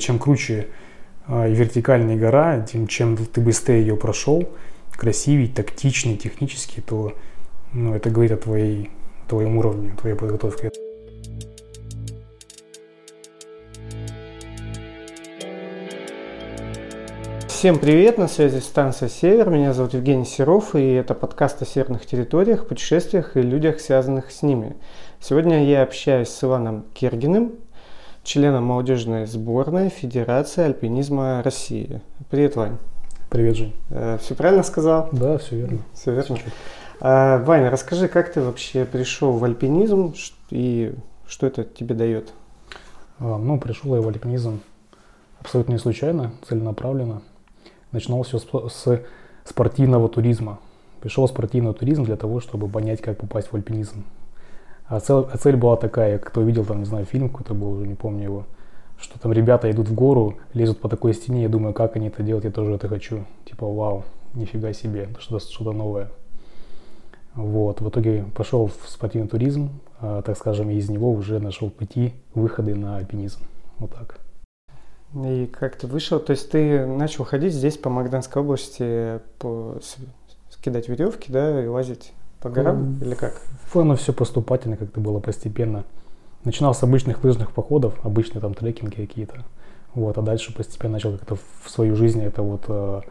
чем круче и вертикальная гора, тем чем ты быстрее ее прошел, красивее, тактичнее, технически, то это говорит о твоем уровне, твоей подготовке. Всем привет, на связи станция Север, меня зовут Евгений Серов, и это подкаст о северных территориях, путешествиях и людях, связанных с ними. Сегодня я общаюсь с Иваном Кергиным, членом молодежной сборной Федерации альпинизма России. Привет, Вань. Привет, Жень. Все правильно сказал? Да, все верно. Все верно. Ваня, расскажи, как ты вообще пришел в альпинизм и что это тебе дает? Пришел я в альпинизм абсолютно не случайно, целенаправленно. Начинал все с спортивного туризма. Пришел в спортивный туризм для того, чтобы понять, как попасть в альпинизм. А цель была такая, кто видел там, не знаю, фильм какой-то был, уже не помню его, что там ребята идут в гору, лезут по такой стене, я думаю, как они это делают, я тоже это хочу. Типа, вау, нифига себе, что-то новое. Вот, в итоге пошел в спортивный туризм, так скажем, и из него уже нашел пути, выходы на альпинизм. Вот так. И как ты вышел? То есть ты начал ходить здесь по Магаданской области, кидать веревки, да, и лазить по горам, или как? Оно все поступательно как-то было, постепенно. Начинал с обычных лыжных походов, обычные там трекинги какие-то. Вот, а дальше постепенно начал как-то в свою жизнь это вот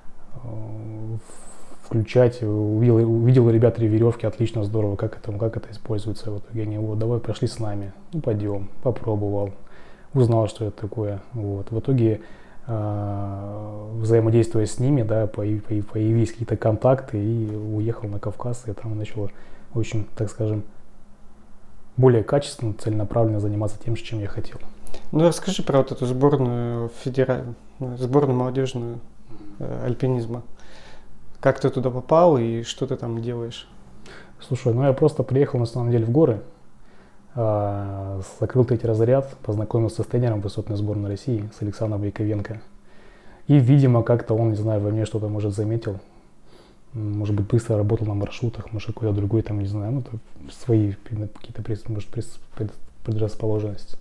включать. Увидел у ребят веревки, отлично, здорово, как это используется. Вот они, давай пошли с нами, пойдем, попробовал. Узнал, что это такое. Вот. В итоге, взаимодействуя с ними, да, появились какие-то контакты, и уехал на Кавказ, и там начал очень, так скажем, более качественно, целенаправленно заниматься тем, чем я хотел. Расскажи про вот эту сборную молодежную альпинизма. Как ты туда попал и что ты там делаешь? Слушай, я просто приехал на самом деле в горы. Закрыл третий разряд, познакомился с тренером высотной сборной России, с Александром Яковенко. И, видимо, как-то он, не знаю, во мне что-то, может, заметил. Может быть, быстро работал на маршрутах, может, какой-то другой, там, не знаю, свои какие-то, может, предрасположенности.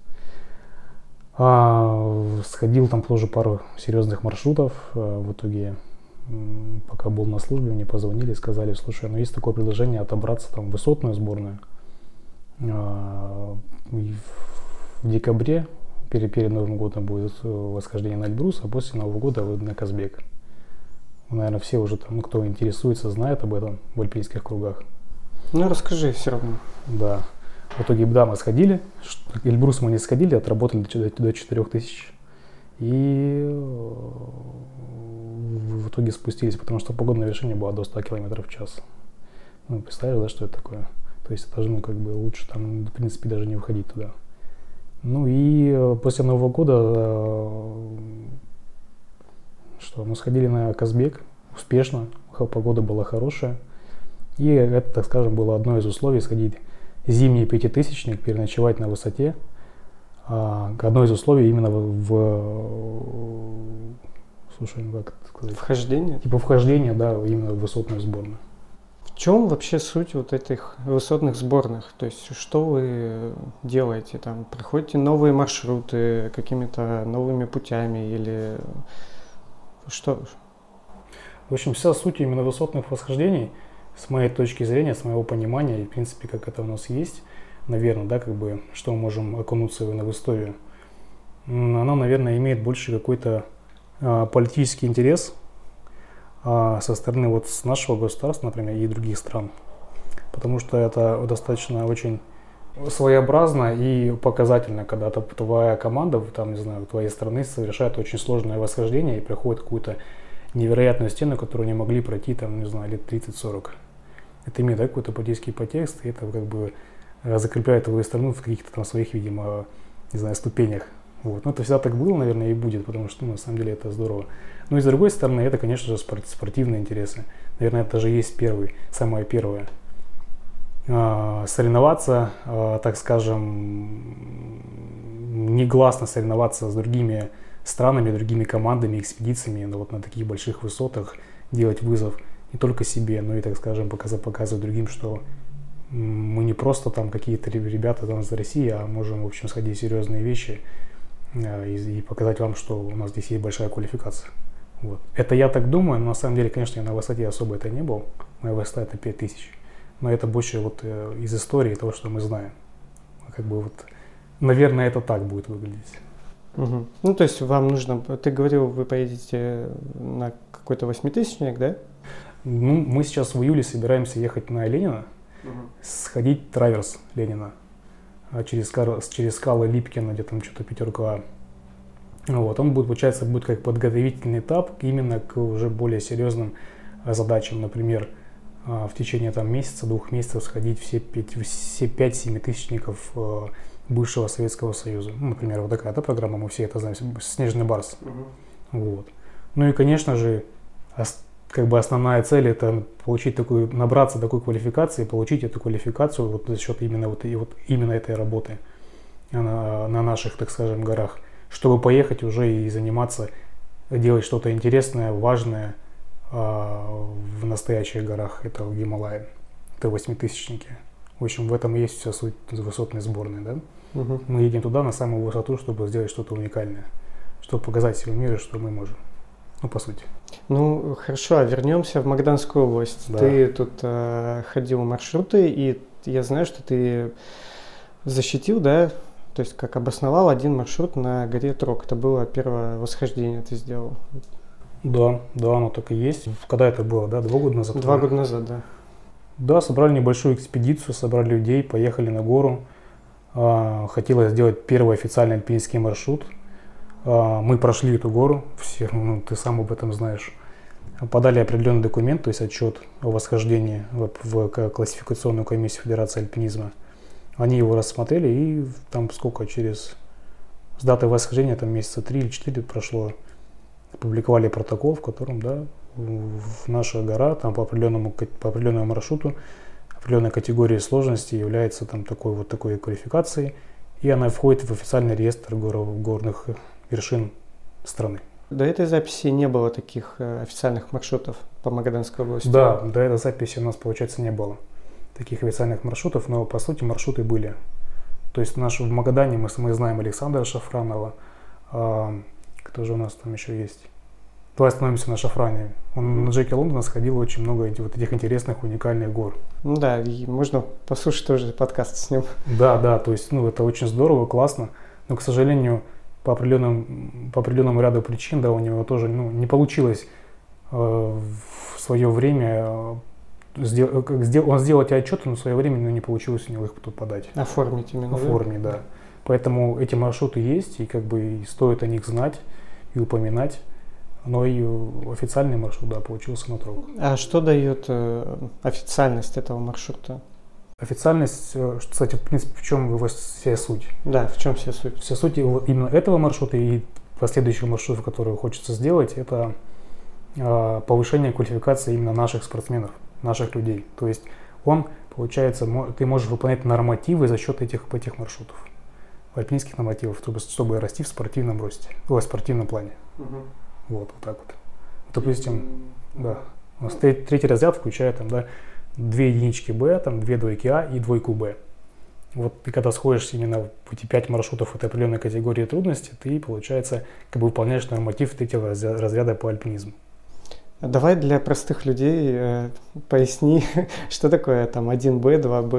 Сходил там тоже пару серьезных маршрутов. В итоге, пока был на службе, мне позвонили, сказали, слушай, есть такое предложение отобраться там в высотную сборную. В декабре, перед Новым годом, будет восхождение на Эльбрус, а после Нового года на Казбек. Наверное, все уже там, кто интересуется, знают об этом в альпийских кругах. Расскажи все равно. Да. В итоге, да, мы сходили. Эльбрус мы не сходили, отработали до 4000. И в итоге спустились, потому что погодное решение было до 100 км в час. Представляешь, да, что это такое? То есть это же, лучше там, в принципе, даже не выходить туда. И после Нового года, мы сходили на Казбек успешно, погода была хорошая. И это, так скажем, было одно из условий сходить зимний пятитысячник, переночевать на высоте. Одно из условий именно вхождение? Типа вхождение, да, именно в высотную сборную. В чем вообще суть вот этих высотных сборных? То есть что вы делаете там? Проходите новые маршруты какими-то новыми путями или что? В общем, вся суть именно высотных восхождений, с моей точки зрения, с моего понимания, и в принципе, как это у нас есть, наверное, да, что мы можем окунуться в историю, она, наверное, имеет больше какой-то политический интерес со стороны с нашего государства, например, и других стран. Потому что это достаточно очень своеобразно и показательно, когда твоя команда, там, не знаю, твоей страны совершает очень сложное восхождение и проходит какую-то невероятную стену, которую не могли пройти, там, не знаю, лет 30-40. Это имеет, да, какой-то политический подтекст, и это закрепляет твою страну в каких-то там своих, видимо, не знаю, ступенях. Вот. Это всегда так было, наверное, и будет, потому что, на самом деле, это здорово. И с другой стороны, это, конечно же, спортивные интересы. Наверное, это же есть самое первое. Соревноваться, так скажем, негласно соревноваться с другими странами, другими командами, экспедициями на таких больших высотах, делать вызов не только себе, но и, так скажем, показывать другим, что мы не просто там какие-то ребята там из России, а можем, в общем, сходить в серьезные вещи. и показать вам, что у нас здесь есть большая квалификация. Вот. Это я так думаю, но на самом деле, конечно, я на высоте особо это не был. Моя высота это 5000. Но это больше вот из истории того, что мы знаем. Как бы вот, наверное, это так будет выглядеть. Угу. Ну, то есть вам нужно, ты говорил, вы поедете на какой-то 8000-ник, да? Ну, мы сейчас в июле собираемся ехать на Ленина, сходить траверс Ленина через скалы Липкина, где там что-то 5А. Вот, он будет, получается, будет как подготовительный этап именно к уже более серьезным задачам. Например, в течение там месяца, 2 месяцев сходить все 5 семитысячников бывшего Советского Союза. Ну, например, вот такая программа, мы все это знаем, «Снежный барс». Вот. Ну и, конечно же, как бы основная цель это получить набраться такой квалификации, получить эту квалификацию вот за счет именно этой работы на наших, так скажем, горах, чтобы поехать уже и заниматься, делать что-то интересное, важное в настоящих горах, это в Гималае, это 8000-ники. В общем, в этом и есть вся суть высотной сборной, да? Угу. Мы едем туда на самую высоту, чтобы сделать что-то уникальное, чтобы показать всему миру, что мы можем. Ну, по сути. Ну, хорошо, а вернемся в Магаданскую область. Да. Ты тут ходил маршруты, и я знаю, что ты защитил, да, то есть как обосновал один маршрут на горе Трок. Это было первое восхождение ты сделал. Да, оно так и есть. Когда это было, да, 2 года назад? 2 года назад, да. Да, собрали небольшую экспедицию, собрали людей, поехали на гору. Хотелось сделать первый официальный альпинистский маршрут. Мы прошли эту гору, все, ты сам об этом знаешь. Подали определенный документ, то есть отчет о восхождении в классификационную комиссию Федерации альпинизма. Они его рассмотрели, и там с даты восхождения там месяца 3 или 4 прошло, опубликовали протокол, в котором, да, наша гора там по определенному маршруту, определенной категории сложности является там такой квалификацией, и она входит в официальный реестр горных вершин страны. До этой записи не было таких официальных маршрутов по Магаданской области? Да, до этой записи у нас, получается, не было таких официальных маршрутов, но по сути маршруты были. То есть в Магадане мы знаем Александра Шафранова, кто же у нас там еще есть. Давай остановимся на Шафране. Он на Джеки Лондона сходил очень много вот этих интересных, уникальных гор. Ну да, и можно послушать тоже подкаст с ним. Да, то есть это очень здорово, классно, но, к сожалению, по определенному ряду причин, да, у него тоже не получилось в свое время, он сделал эти отчеты, но в свое время не получилось у него их тут подать. Оформить именно. Оформить, да. Поэтому эти маршруты есть, и и стоит о них знать и упоминать. Но и официальный маршрут, да, получился на Трок. А что дает официальность этого маршрута? Официальность, кстати, в принципе, в чем вся суть? Да, в чем вся суть? Вся суть именно этого маршрута и последующего маршрута, который хочется сделать, это повышение квалификации именно наших спортсменов, наших людей. То есть получается, ты можешь выполнять нормативы за счет этих маршрутов, альпинистских нормативов, чтобы расти в спортивном росте, в спортивном плане. Угу. Вот так вот. Допустим, да, у нас третий разряд включает там, да, 2 единички Б, там 2 двойки А и 2 Б. Вот ты когда сходишь именно в эти 5 маршрутов от определенной категории трудности, ты, получается, выполняешь норматив третьего разряда по альпинизму. Давай для простых людей поясни, что такое там 1Б,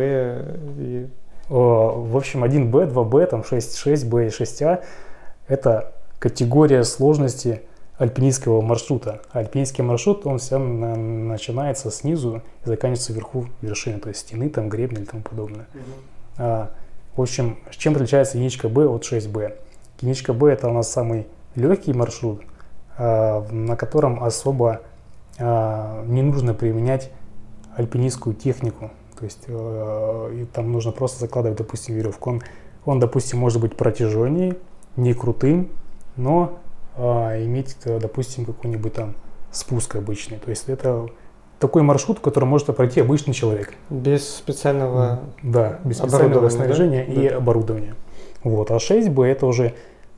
2Б В общем, 1Б, 2Б, там 6Б и 6А – это категория сложности альпинистского маршрута. Альпинистский маршрут, он все начинается снизу и заканчивается вверху вершины, то есть стены, там, гребни и тому подобное. В общем, чем отличается единичка Б от 6Б? Единичка Б – это у нас самый легкий маршрут, на котором особо не нужно применять альпинистскую технику. То есть там нужно просто закладывать, допустим, веревку. Он, допустим, может быть протяженнее, не крутым, но иметь, допустим, какой-нибудь там спуск обычный. То есть это такой маршрут, который может пройти обычный человек. Без специального без специального снаряжения и оборудования. Вот. А 6Б это уже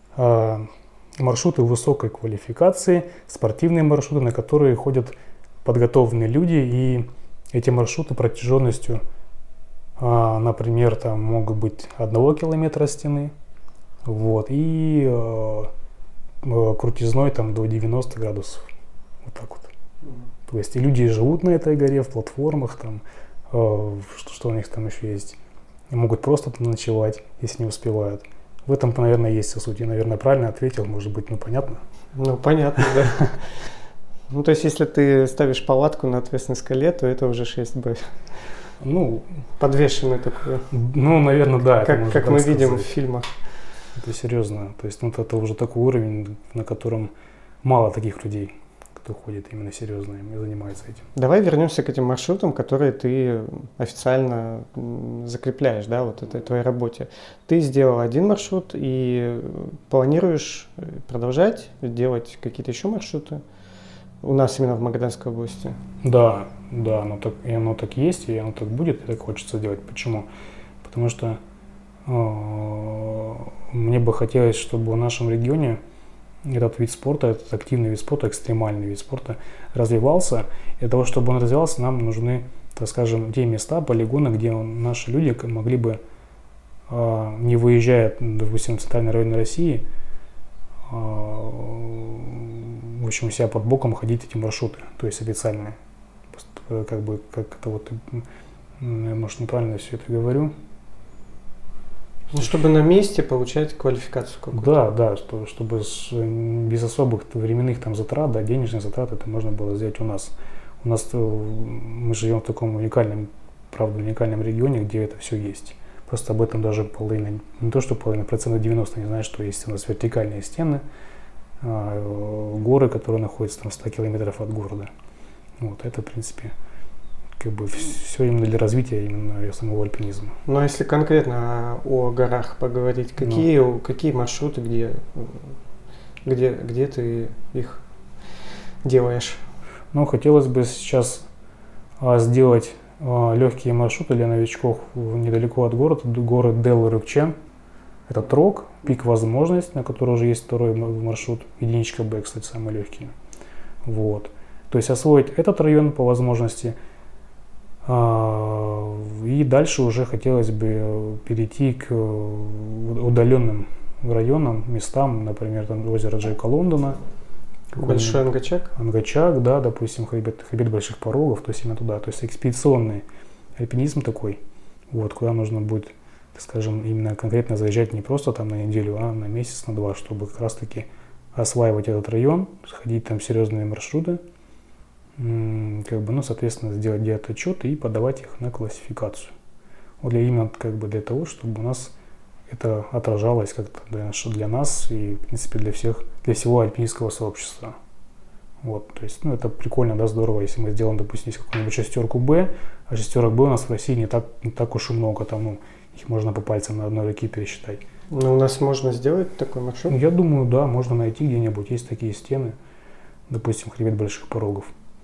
маршруты высокой квалификации, спортивные маршруты, на которые ходят подготовленные люди, и эти маршруты протяженностью, например, там могут быть 1 километра стены, Вот, и крутизной там до 90 градусов. Вот так вот. То есть и люди живут на этой горе, в платформах, там, что у них там еще есть. И могут просто там ночевать, если не успевают. В этом, наверное, есть вся суть. Я, наверное, правильно ответил, может быть, понятно? Понятно, да. Ну, то есть, если ты ставишь палатку на отвесной скале, то это уже 6Б. Подвешенный такой. Наверное, да. Как мы видим в фильмах. Это серьезно. То есть, это уже такой уровень, на котором мало таких людей, кто ходит именно серьезно и занимается этим. Давай вернемся к этим маршрутам, которые ты официально закрепляешь, да, вот этой твоей работе. Ты сделал один маршрут и планируешь продолжать делать какие-то еще маршруты у нас именно в Магаданской области? Да, оно так есть, и оно так будет, и так хочется делать. Почему? Потому что мне бы хотелось, чтобы в нашем регионе этот вид спорта, этот активный вид спорта, экстремальный вид спорта развивался. И для того, чтобы он развивался, нам нужны, так скажем, те места, полигоны, где наши люди могли бы, не выезжая, допустим, в центральной районе России, в общем, у себя под боком ходить эти маршруты, то есть официальные. Как это вот, может, неправильно все это говорю. Чтобы на месте получать квалификацию какую-то. Да, чтобы без особых временных там затрат, да, денежных затрат это можно было сделать у нас. Мы живем в таком уникальном регионе, где это все есть. Просто об этом даже не то что половина, процентов 90 не знают, что есть у нас вертикальные стены, горы, которые находятся там 100 километров от города. Вот, это, в принципе, все именно для развития именно самого альпинизма. Ну, а если конкретно о горах поговорить, какие маршруты, где ты их делаешь? Хотелось бы сейчас сделать легкие маршруты для новичков недалеко от города, город Дел-Рюкчен. Это Трог, пик возможность, на который уже есть второй маршрут, единичка Б, кстати, самый легкий. Вот. То есть освоить этот район по возможности. И дальше уже хотелось бы перейти к удаленным районам, местам, например, там озеро Джейка Лондона. Большой Ангачак? Ангачак, да, допустим, хребет Больших Порогов, то есть именно туда. То есть экспедиционный альпинизм такой, вот, куда нужно будет, так скажем, именно конкретно заезжать не просто там на неделю, а на месяц, на два, чтобы как раз-таки осваивать этот район, сходить там в серьезные маршруты, соответственно, сделать отчеты и подавать их на классификацию. Вот именно для того, чтобы у нас это отражалось как-то для нас и, в принципе, для всего альпинистского сообщества. Вот, то есть, это прикольно, да, здорово, если мы сделаем, допустим, какую-нибудь шестерку Б, а шестерок Б у нас в России не так уж и много, там, их можно по пальцам на одной руке пересчитать. Но у нас можно сделать такой маршрут? Я думаю, да, можно найти где-нибудь, есть такие стены, допустим, хребет Больших Порогов.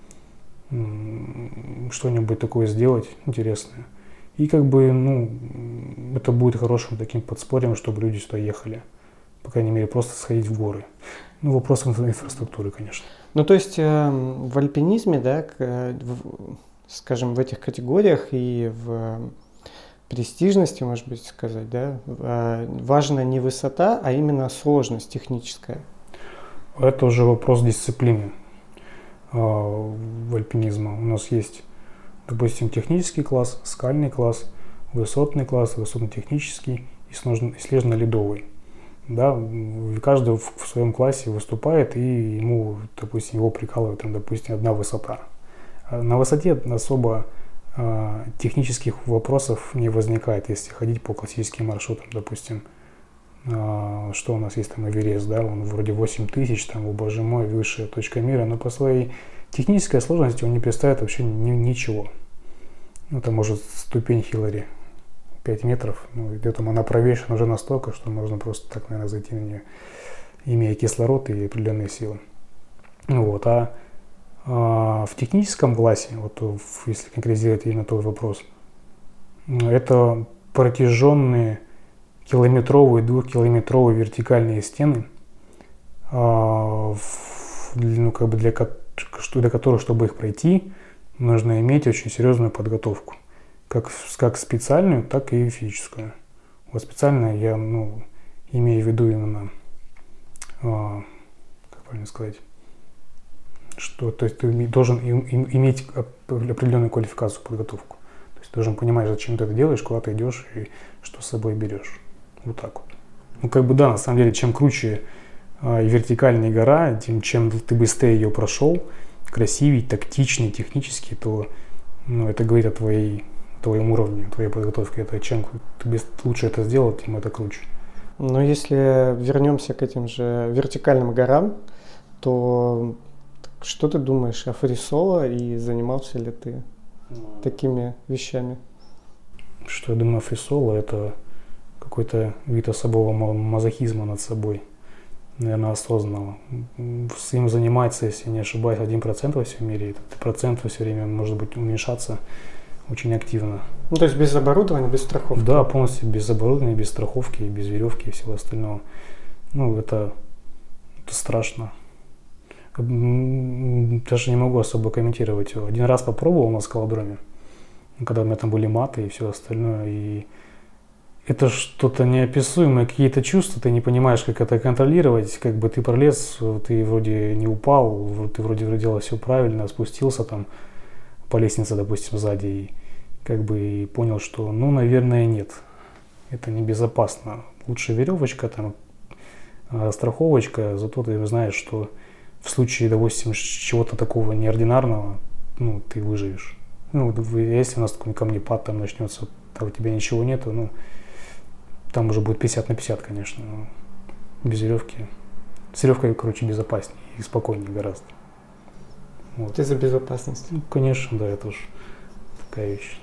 Что-нибудь такое сделать интересное. И это будет хорошим таким подспорьем, чтобы люди сюда ехали. По крайней мере, просто сходить в горы. Вопрос инфраструктуры, конечно. То есть в альпинизме, да, скажем, в этих категориях и в престижности, может быть, сказать, да, важна не высота, а именно сложность техническая. Это уже вопрос дисциплины в альпинизме. У нас есть, допустим, технический класс, скальный класс, высотный класс, высотно-технический и снежно-ледовый. Да, каждый в своем классе выступает, и ему, допустим, его прикалывает, допустим, одна высота. На высоте особо технических вопросов не возникает, если ходить по классическим маршрутам, допустим, что у нас есть там Эверест, да, он вроде 8000, там, боже мой, высшая точка мира, но по своей технической сложности он не представляет вообще ничего. Это может ступень Хиллари 5 метров, где-то она провешена уже настолько, что можно просто так, наверное, зайти на нее, имея кислород и определенные силы. Вот, в техническом классе, если конкретизировать именно тот вопрос, это протяженные километровые, двухкилометровые вертикальные стены, для которых, чтобы их пройти, нужно иметь очень серьезную подготовку, как специальную, так и физическую. Вот специально имея в виду именно, как правильно сказать, что то есть ты должен иметь определенную квалификацию, подготовку. То есть ты должен понимать, зачем ты это делаешь, куда ты идешь и что с собой берешь. Вот так вот. Ну, как бы да, на самом деле, чем круче и вертикальная гора, тем чем ты быстрее ее прошел, красивее, тактичнее, технически, то это говорит о твоем уровне, твоей подготовке. Это чем ты лучше это сделал, тем это круче. Но если вернемся к этим же вертикальным горам, то что ты думаешь о фри-соло и занимался ли ты такими вещами? Что я думаю о фри-соло, это какой-то вид особого мазохизма над собой, наверное, осознанного. Им занимается, если не ошибаюсь, 1% во всем мире. Этот процент все время может быть уменьшаться очень активно. Ну, то есть без оборудования, без страховки? Да, полностью без оборудования, без страховки, без веревки и всего остального. Ну, это страшно. Даже не могу особо комментировать его. Один раз попробовал на скалодроме, когда у меня там были маты и все остальное, и это что-то неописуемое, какие-то чувства, ты не понимаешь, как это контролировать, как бы ты пролез, ты вроде не упал, ты вроде делал все правильно, спустился там по лестнице, допустим, сзади, и как бы и понял, что, наверное, нет, это небезопасно. Лучше веревочка, там, страховочка, зато ты знаешь, что в случае, допустим, чего-то такого неординарного, ты выживешь. Если у нас такой камнепад там начнется, а у тебя ничего нету, там уже будет 50/50, конечно, но без веревки. С веревкой, короче, безопаснее и спокойнее гораздо. Вот. Ты за безопасность? Конечно, да, это уж такая вещь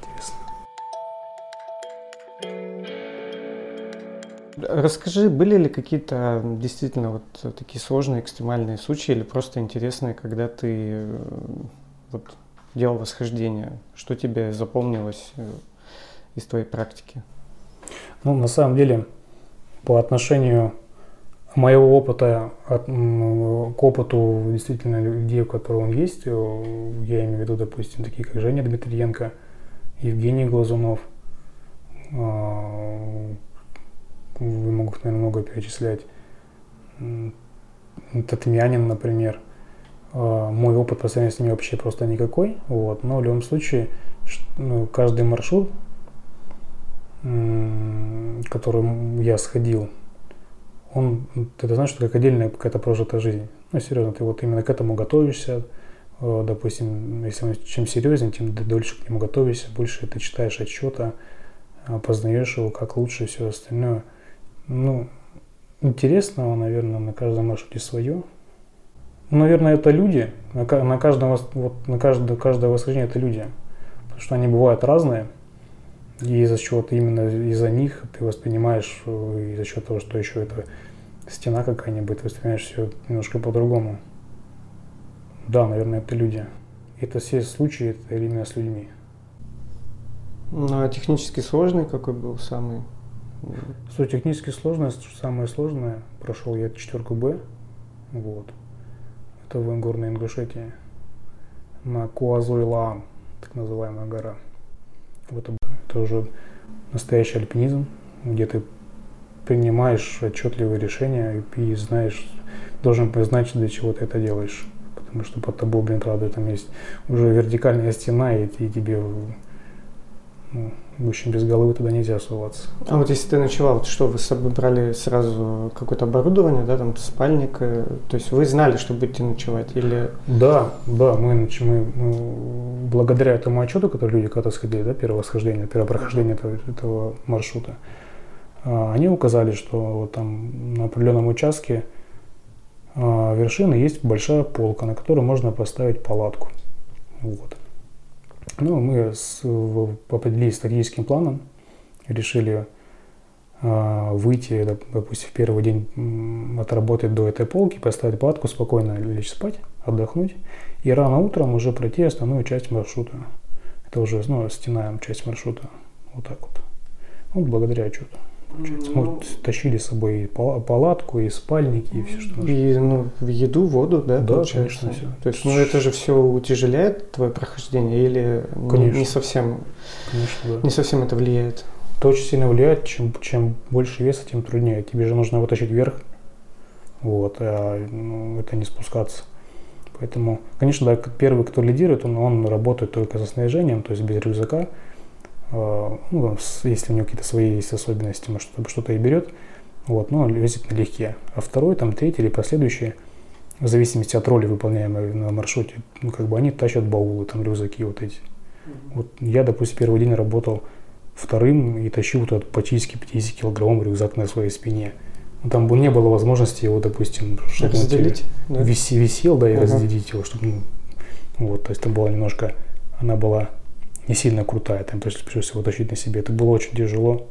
интересная. Расскажи, были ли какие-то действительно вот такие сложные экстремальные случаи или просто интересные, когда ты делал восхождение? Что тебе запомнилось из твоей практики? На самом деле, по отношению моего опыта к опыту действительно людей, у которых он есть, я имею в виду, допустим, такие как Женя Дмитриенко, Евгений Глазунов, вы могу, наверное, много перечислять, Татмянин, например. Мой опыт по сравнению с ними вообще просто никакой, но в любом случае каждый маршрут, которым я сходил, ты знаешь, что как отдельная какая-то прожитая жизнь. Серьезно, ты вот именно к этому готовишься. Допустим, если он чем серьезнее, тем дольше к нему готовишься, больше ты читаешь отчета, познаешь его, как лучше и все остальное. Интересного, наверное, на каждом маршруте свое. Наверное, это люди. На каждое восхождение это люди. Потому что они бывают разные. И за счет именно из-за них ты воспринимаешь, и за счет того, что еще это стена какая-нибудь, ты воспринимаешь все немножко по-другому. Да, наверное, это люди. Это все случаи, это именно с людьми. А технически сложный какой был самый? Технически сложное, самое сложное, прошел я 4 Б. Это в Горной Ингушетии. На Куазой-Лаам, так называемая гора. Это уже настоящий альпинизм, где ты принимаешь отчетливые решения и должен знать, для чего ты это делаешь. Потому что под тобой, правда, там есть уже вертикальная стена, и тебе, в общем, без головы туда нельзя соваться. А вот если ты ночевал, что вы с собой брали сразу какое-то оборудование, да, там спальник, то есть вы знали, что будете ночевать или? Да, мы благодаря этому отчету, который люди когда-то сходили, да, первое прохождение этого маршрута, они указали, что там на определенном участке вершины есть большая полка, на которой можно поставить палатку. Мы определились стратегическим планом, решили выйти, допустим, в первый день отработать до этой полки, поставить палатку, спокойно лечь спать, отдохнуть, и рано утром уже пройти основную часть маршрута. Это уже стена часть маршрута. Вот так вот. Благодаря отчету. Мы тащили с собой и палатку, и спальники, и все, что нужно. И еду, воду, да? Да, конечно, все. То есть, это же все утяжеляет твое прохождение или не совсем? Конечно, да. Не совсем это влияет? Это очень сильно влияет, чем больше веса, тем труднее. Тебе же нужно вытащить вверх, вот, это не спускаться. Поэтому, конечно, да, первый, кто лидирует, он работает только со снаряжением, то есть без рюкзака. Если у него какие-то свои есть особенности, может, что-то и берет, вот, но весит налегке. А второй, там, третий или последующие, в зависимости от роли, выполняемой на маршруте, они тащат баулы, там, рюкзаки вот эти. Вот я, допустим, первый день работал вторым и тащил вот этот практически 50-килограммовый рюкзак на своей спине. Там не было возможности его, допустим, разделить, да? Висел, да, и разделить его, чтобы, вот, то есть это была немножко, она была не сильно крутая, там пришлось его тащить на себе. Это было очень тяжело,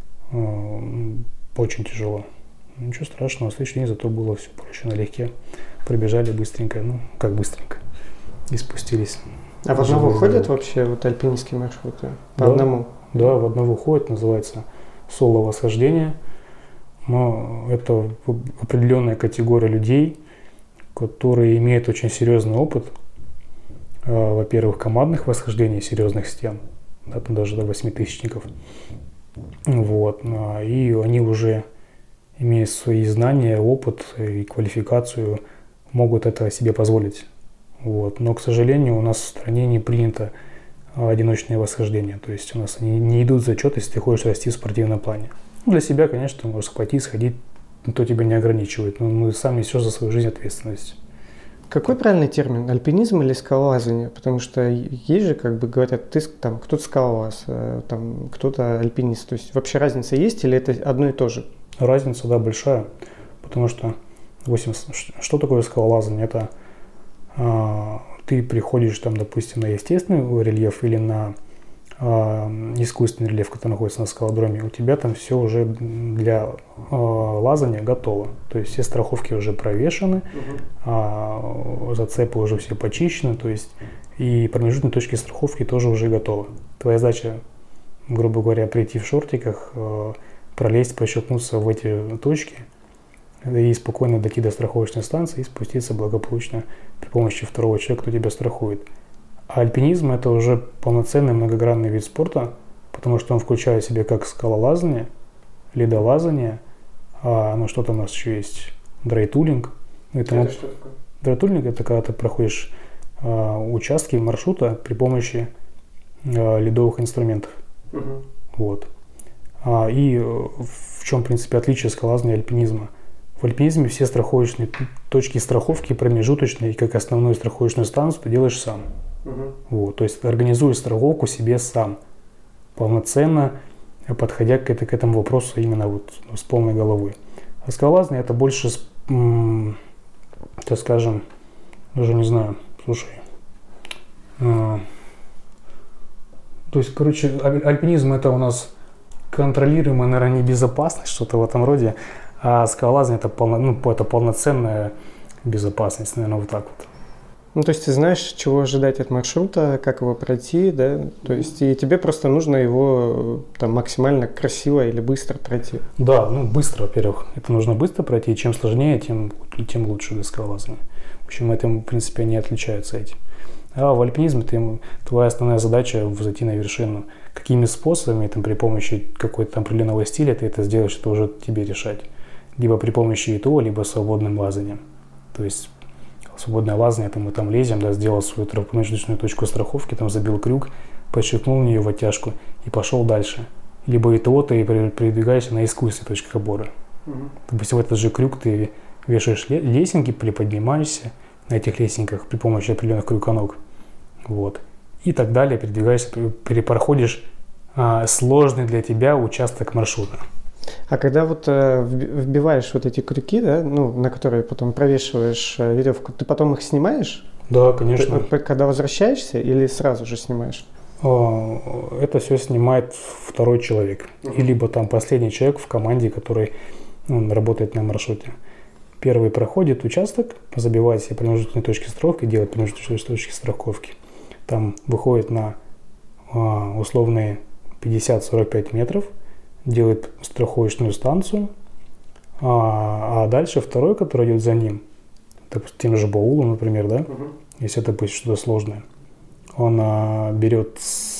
очень тяжело. Ничего страшного, на следующий день зато было все проще, налегке. Пробежали быстренько, как быстренько, и спустились. А в одного ходят вообще вот альпинистские маршруты? По одному? Да, в одного ходят, называется соло-восхождение. Но это определенная категория людей, которые имеют очень серьезный опыт, во-первых, командных восхождений, серьезных стен, да, там даже до 8000-ников. Вот. И они уже, имея свои знания, опыт и квалификацию, могут это себе позволить. Вот. Но, к сожалению, у нас в стране не принято одиночные восхождения. То есть у нас они не идут в зачет, если ты хочешь расти в спортивном плане. Для себя, конечно, ты можешь пойти, сходить, никто тебя не ограничивает, но ты сам несешь за свою жизнь ответственность. Какой правильный термин? Альпинизм или скалолазание? Потому что есть же, говорят, кто-то скалолаз, там, кто-то альпинист. То есть вообще разница есть или это одно и то же? Разница, да, большая. Потому что, что такое скалолазание? Это ты приходишь, там, допустим, на естественный рельеф или на искусственный рельеф, который находится на скалодроме, у тебя там все уже для лазания готово. То есть все страховки уже провешаны, зацепы уже все почищены, то есть и промежуточные точки страховки тоже уже готовы. Твоя задача, грубо говоря, прийти в шортиках, пролезть, прощелкнуться в эти точки и спокойно дойти до страховочной станции и спуститься благополучно при помощи второго человека, кто тебя страхует. А альпинизм – это уже полноценный многогранный вид спорта, потому что он включает в себя как скалолазание, ледолазание, что там у нас еще есть, драйтулинг. Это что такое? Драйтулинг – это когда ты проходишь участки маршрута при помощи ледовых инструментов. Вот. И в чем, в принципе, отличие скалолазания и альпинизма? В альпинизме все страховочные точки страховки промежуточные, и как основную страховочную станцию ты делаешь сам. Вот, то есть ты организуешь страховку себе сам, полноценно подходя к этому вопросу именно с полной головой. А скалолазание это больше, так скажем, даже не знаю, слушай. То есть, альпинизм это у нас контролируемая, наверное, небезопасность, что-то в этом роде, а скалолазание это полноценная безопасность, наверное, вот так вот. То есть ты знаешь, чего ожидать от маршрута, как его пройти, да? То есть и тебе просто нужно его там максимально красиво или быстро пройти. Да, быстро, во-первых. Это нужно быстро пройти. Чем сложнее, тем лучше для скалолазания. В общем, это, в принципе, они отличаются этим. А в альпинизме твоя основная задача взойти на вершину. Какими способами, при помощи какой-то определенного стиля ты это сделаешь, это уже тебе решать. Либо при помощи ИТО, либо свободным лазанием. То есть свободное лазание, мы там лезем, да, сделал свою промежуточную точку страховки, там забил крюк, подчеркнул в нее в оттяжку и пошел дальше. Либо ИТО ты передвигаешься на искусственной точке опоры. Допустим, в этот же крюк ты вешаешь лесенки, приподнимаешься на этих лесенках при помощи определенных крюконог. Вот. И так далее, передвигаешься, проходишь сложный для тебя участок маршрута. А когда вбиваешь эти крюки, да, на которые потом провешиваешь веревку, ты потом их снимаешь? Да, конечно. Ты, когда возвращаешься или сразу же снимаешь? Это все снимает второй человек. И либо там последний человек в команде, который работает на маршруте. Первый проходит участок, забивает себе промежуточные точки страховки, делает промежуточные точки страховки. Там выходит на условные 50-45 метров, делает страховочную станцию, а дальше второй, который идет за ним, тем же баулом, например, да, если это будет что-то сложное, он берет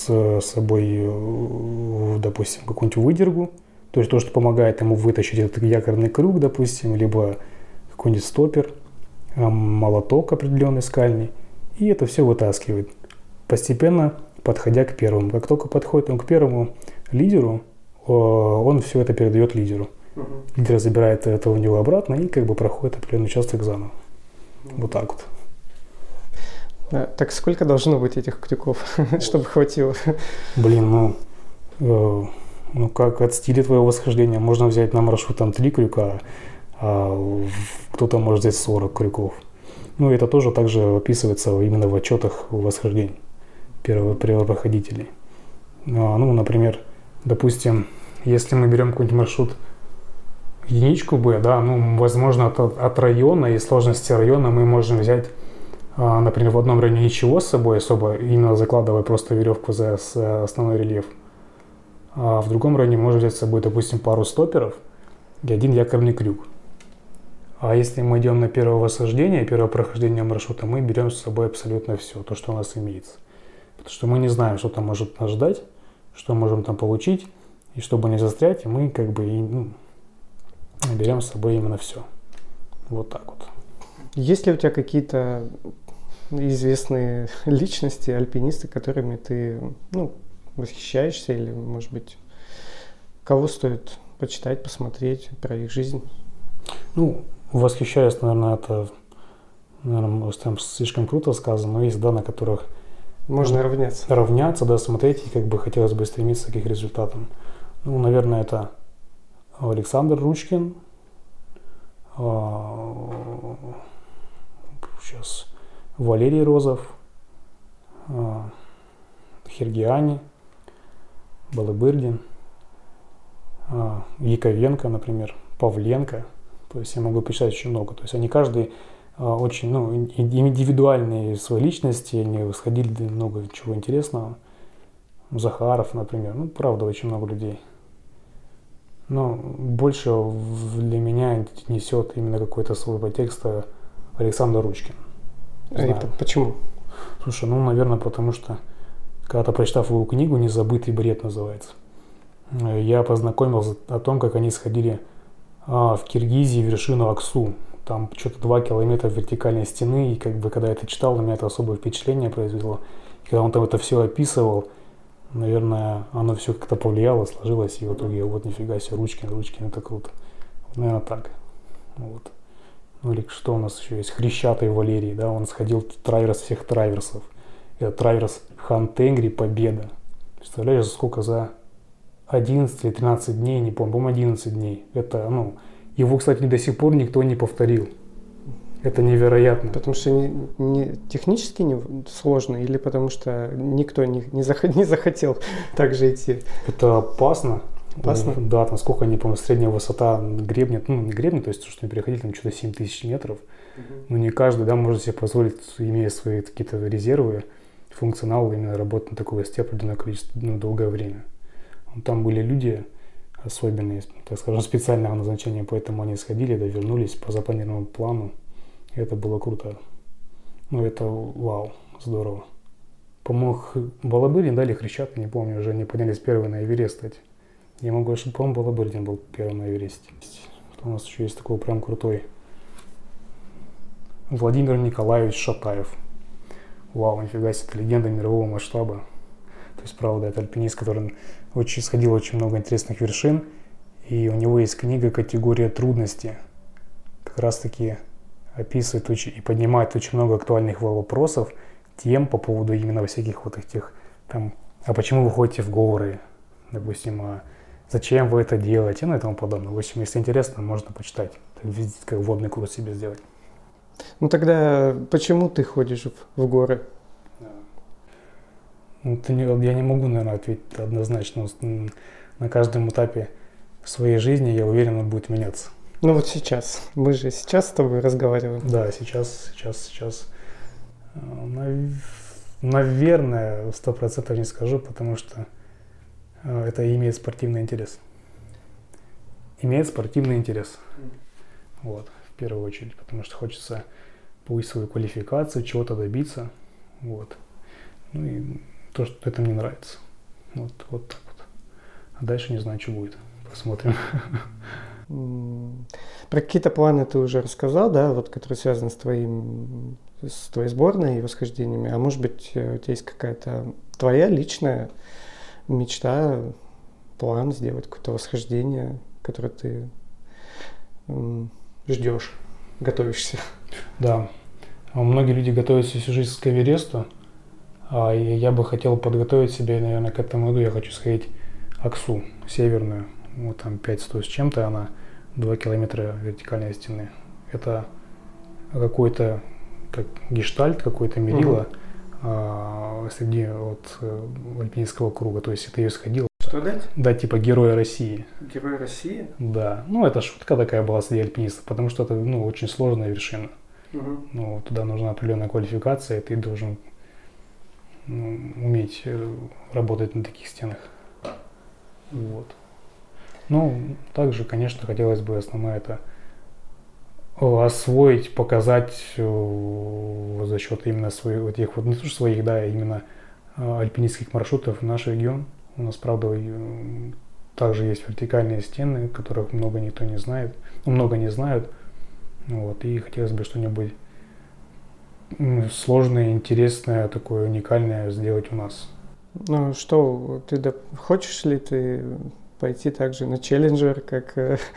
с собой, допустим, какую-нибудь выдергу, то есть то, что помогает ему вытащить этот якорный крюк, допустим, либо какой-нибудь стопер, молоток определенный скальный, и это все вытаскивает, постепенно подходя к первому. Как только подходит он к первому лидеру, он все это передает лидеру. Лидер забирает это у него обратно и как бы проходит определенный участок заново. Вот так вот. Так сколько должно быть этих крюков, чтобы хватило? Блин, как от стиля твоего восхождения. Можно взять на маршрут там 3 крюка, а кто-то может взять 40 крюков. Ну, это тоже также описывается именно в отчетах восхождений первопроходителей. Ну, например, допустим, если мы берем какой-нибудь маршрут единичку Б, да, ну, возможно, от района и сложности района мы можем взять, например, в одном районе ничего с собой особо, именно закладывая просто веревку за основной рельеф, а в другом районе можем взять с собой, допустим, пару стоперов и один якорный крюк. А если мы идем на первое восхождение, первое прохождение маршрута, мы берем с собой абсолютно все, то, что у нас имеется. Потому что мы не знаем, что там может нас ждать, что можем там получить, и чтобы не застрять, мы как бы берем с собой именно все. Вот так вот. Есть ли у тебя какие-то известные личности, альпинисты, которыми ты восхищаешься, или, может быть, кого стоит почитать, посмотреть про их жизнь? Ну, восхищаюсь, наверное, это там слишком круто сказано, но есть, да, на которых можно равняться. Равняться, да, смотреть, и как бы хотелось бы стремиться к их результатам. Ну, наверное, это Александр Ручкин, сейчас Валерий Розов, Хергиани, Балыбырдин, Яковенко, например, Павленко. То есть я могу почитать очень много. То есть они каждый очень индивидуальные свои личности, они сходили много чего интересного. Захаров, например. Ну, правда, очень много людей. Но больше для меня несет именно какой-то свой подтекст Александр Ручкин. Это почему? Слушай, наверное, потому что когда-то, прочитав его книгу «Незабытый бред» называется, я познакомился о том, как они сходили в Киргизии в вершину Аксу. Там что-то 2 километра вертикальной стены, и как бы когда я это читал, на меня это особое впечатление произвело. И когда он там это все описывал, наверное, оно все как-то повлияло, сложилось, и в итоге вот нифига себе, Ручкин, это круто. Вот, наверное, так. Вот. Ну или что у нас еще есть? Хрещатый Валерий, да, он сходил в траверс всех траверсов. Это траверс Хан-Тенгри Победа. Представляешь, сколько за 11 или 13 дней, не помню, по-моему, 11 дней. Это, его, кстати, до сих пор никто не повторил. Это невероятно. Потому что не технически не сложно, или потому что никто не захотел так же идти? Это опасно. Опасно? Да, там сколько, не помню, средняя высота гребня, не гребня, то есть, что они переходили, там что-то 7000 метров. Но не каждый, да, может себе позволить, имея свои какие-то резервы, функционал, именно работать на такой высоте определенное количество, долгое время. Там были люди особенные, так скажем, специального назначения, поэтому они сходили, да, вернулись по запланированному плану. И это было круто. Это вау, здорово. По-моему, Балыбырдин дали Хрещатый, не помню, уже не поднялись первые на Эверест, кстати. Я могу ошибиться, по-моему, Балыбырдин был первым на Эвересте. Потом у нас еще есть такой прям крутой Владимир Николаевич Шатаев. Вау, нифига себе, это легенда мирового масштаба. То есть, правда, это альпинист, который сходил очень много интересных вершин, и у него есть книга «Категория трудности». Как раз-таки описывает и поднимает очень много актуальных вопросов, тем по поводу именно всяких вот этих, там, а почему вы ходите в горы, допустим, а зачем вы это делаете, и тому подобное. В общем, если интересно, можно почитать, как вводный курс себе сделать. Тогда почему ты ходишь в горы? Я не могу, наверное, ответить однозначно. На каждом этапе своей жизни, я уверен, он будет меняться. Вот сейчас. Мы же сейчас с тобой разговариваем. Да, сейчас. Наверное, 100% не скажу, потому что это имеет спортивный интерес. Вот, в первую очередь, потому что хочется повысить свою квалификацию, чего-то добиться. Вот. И то, что это мне нравится. Вот так вот. А дальше не знаю, что будет. Посмотрим. Про какие-то планы ты уже рассказал, да, вот, которые связаны с твоей сборной и восхождениями. А может быть, у тебя есть какая-то твоя личная мечта, план сделать какое-то восхождение, которое ты ждешь, готовишься? Да. Многие люди готовятся всю жизнь к Эвересту. А я бы хотел подготовить себя, наверное, к этому году. Я хочу сходить Аксу, северную. Вот там 500 с чем-то она, 2 километра вертикальной стены. Это какой-то как гештальт, какой-то мерило среди альпинистского круга. То есть это я сходил. Что дать? Да, типа Героя России. Герой России? Да. Ну, это шутка такая была среди альпинистов, потому что это очень сложная вершина. Туда нужна определенная квалификация, и ты должен уметь работать на таких стенах. Вот. Также, конечно, хотелось бы основное это освоить, показать за счет именно своих, не то что своих, да, именно альпинистских маршрутов в наш регион. У нас, правда, также есть вертикальные стены, которых много никто не знает, много не знают. Вот, и хотелось бы что-нибудь сложное, интересное, такое уникальное сделать у нас. Ну что, хочешь ли ты пойти также на челленджер, как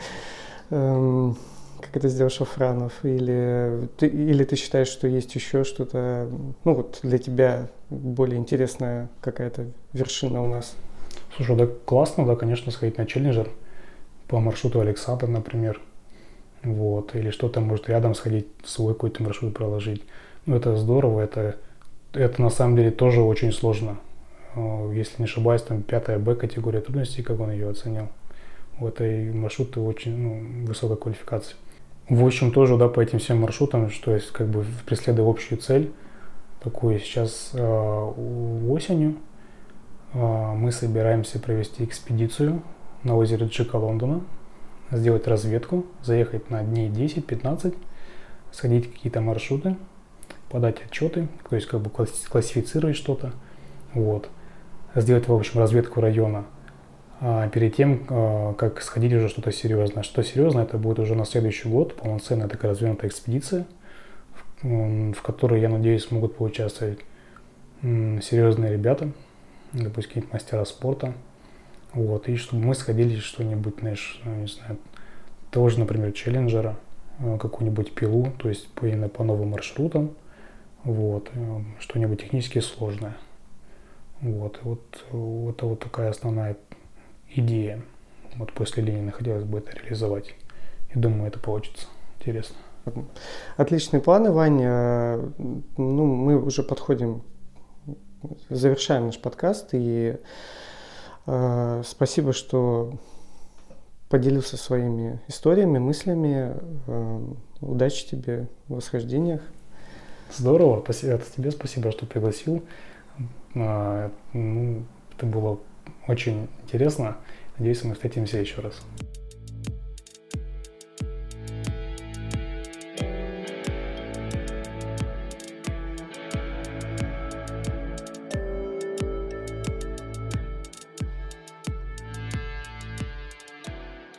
это сделал Шафранов, или ты считаешь, что есть еще что-то, для тебя более интересная какая-то вершина у нас? Слушай, да классно, да, конечно, сходить на челленджер по маршруту Александра, например, вот, или что-то, может, рядом сходить, свой какой-то маршрут проложить. Это здорово, это на самом деле тоже очень сложно. Если не ошибаюсь, там 5 Б категория трудностей, как он ее оценил. Вот, и маршруты очень высокой квалификации. В общем, тоже, да, по этим всем маршрутам, что есть, как бы преследуя общую цель, такую сейчас осенью мы собираемся провести экспедицию на озеро Джека Лондона, сделать разведку, заехать на дней 10-15, сходить какие-то маршруты, подать отчеты, то есть как бы классифицировать что-то, вот, сделать, в общем, разведку района. А перед тем, как сходить уже что-то серьезное. Что серьезное, это будет уже на следующий год полноценная такая развернутая экспедиция, в которой, я надеюсь, смогут поучаствовать серьезные ребята, допустим, какие-то мастера спорта. Вот, и чтобы мы сходили что-нибудь, знаешь, не знаю, того же, например, челленджера, какую-нибудь пилу, то есть именно по новым маршрутам, вот, что-нибудь технически сложное. Вот, это вот такая основная идея. Вот после Ленина хотелось бы это реализовать. И думаю, это получится. Интересно. Отличные планы, Ваня. Мы уже завершаем наш подкаст. И спасибо, что поделился своими историями, мыслями. Удачи тебе в восхождениях. Здорово. Тебе спасибо, что пригласил. Это было очень интересно. Надеюсь, мы встретимся еще раз.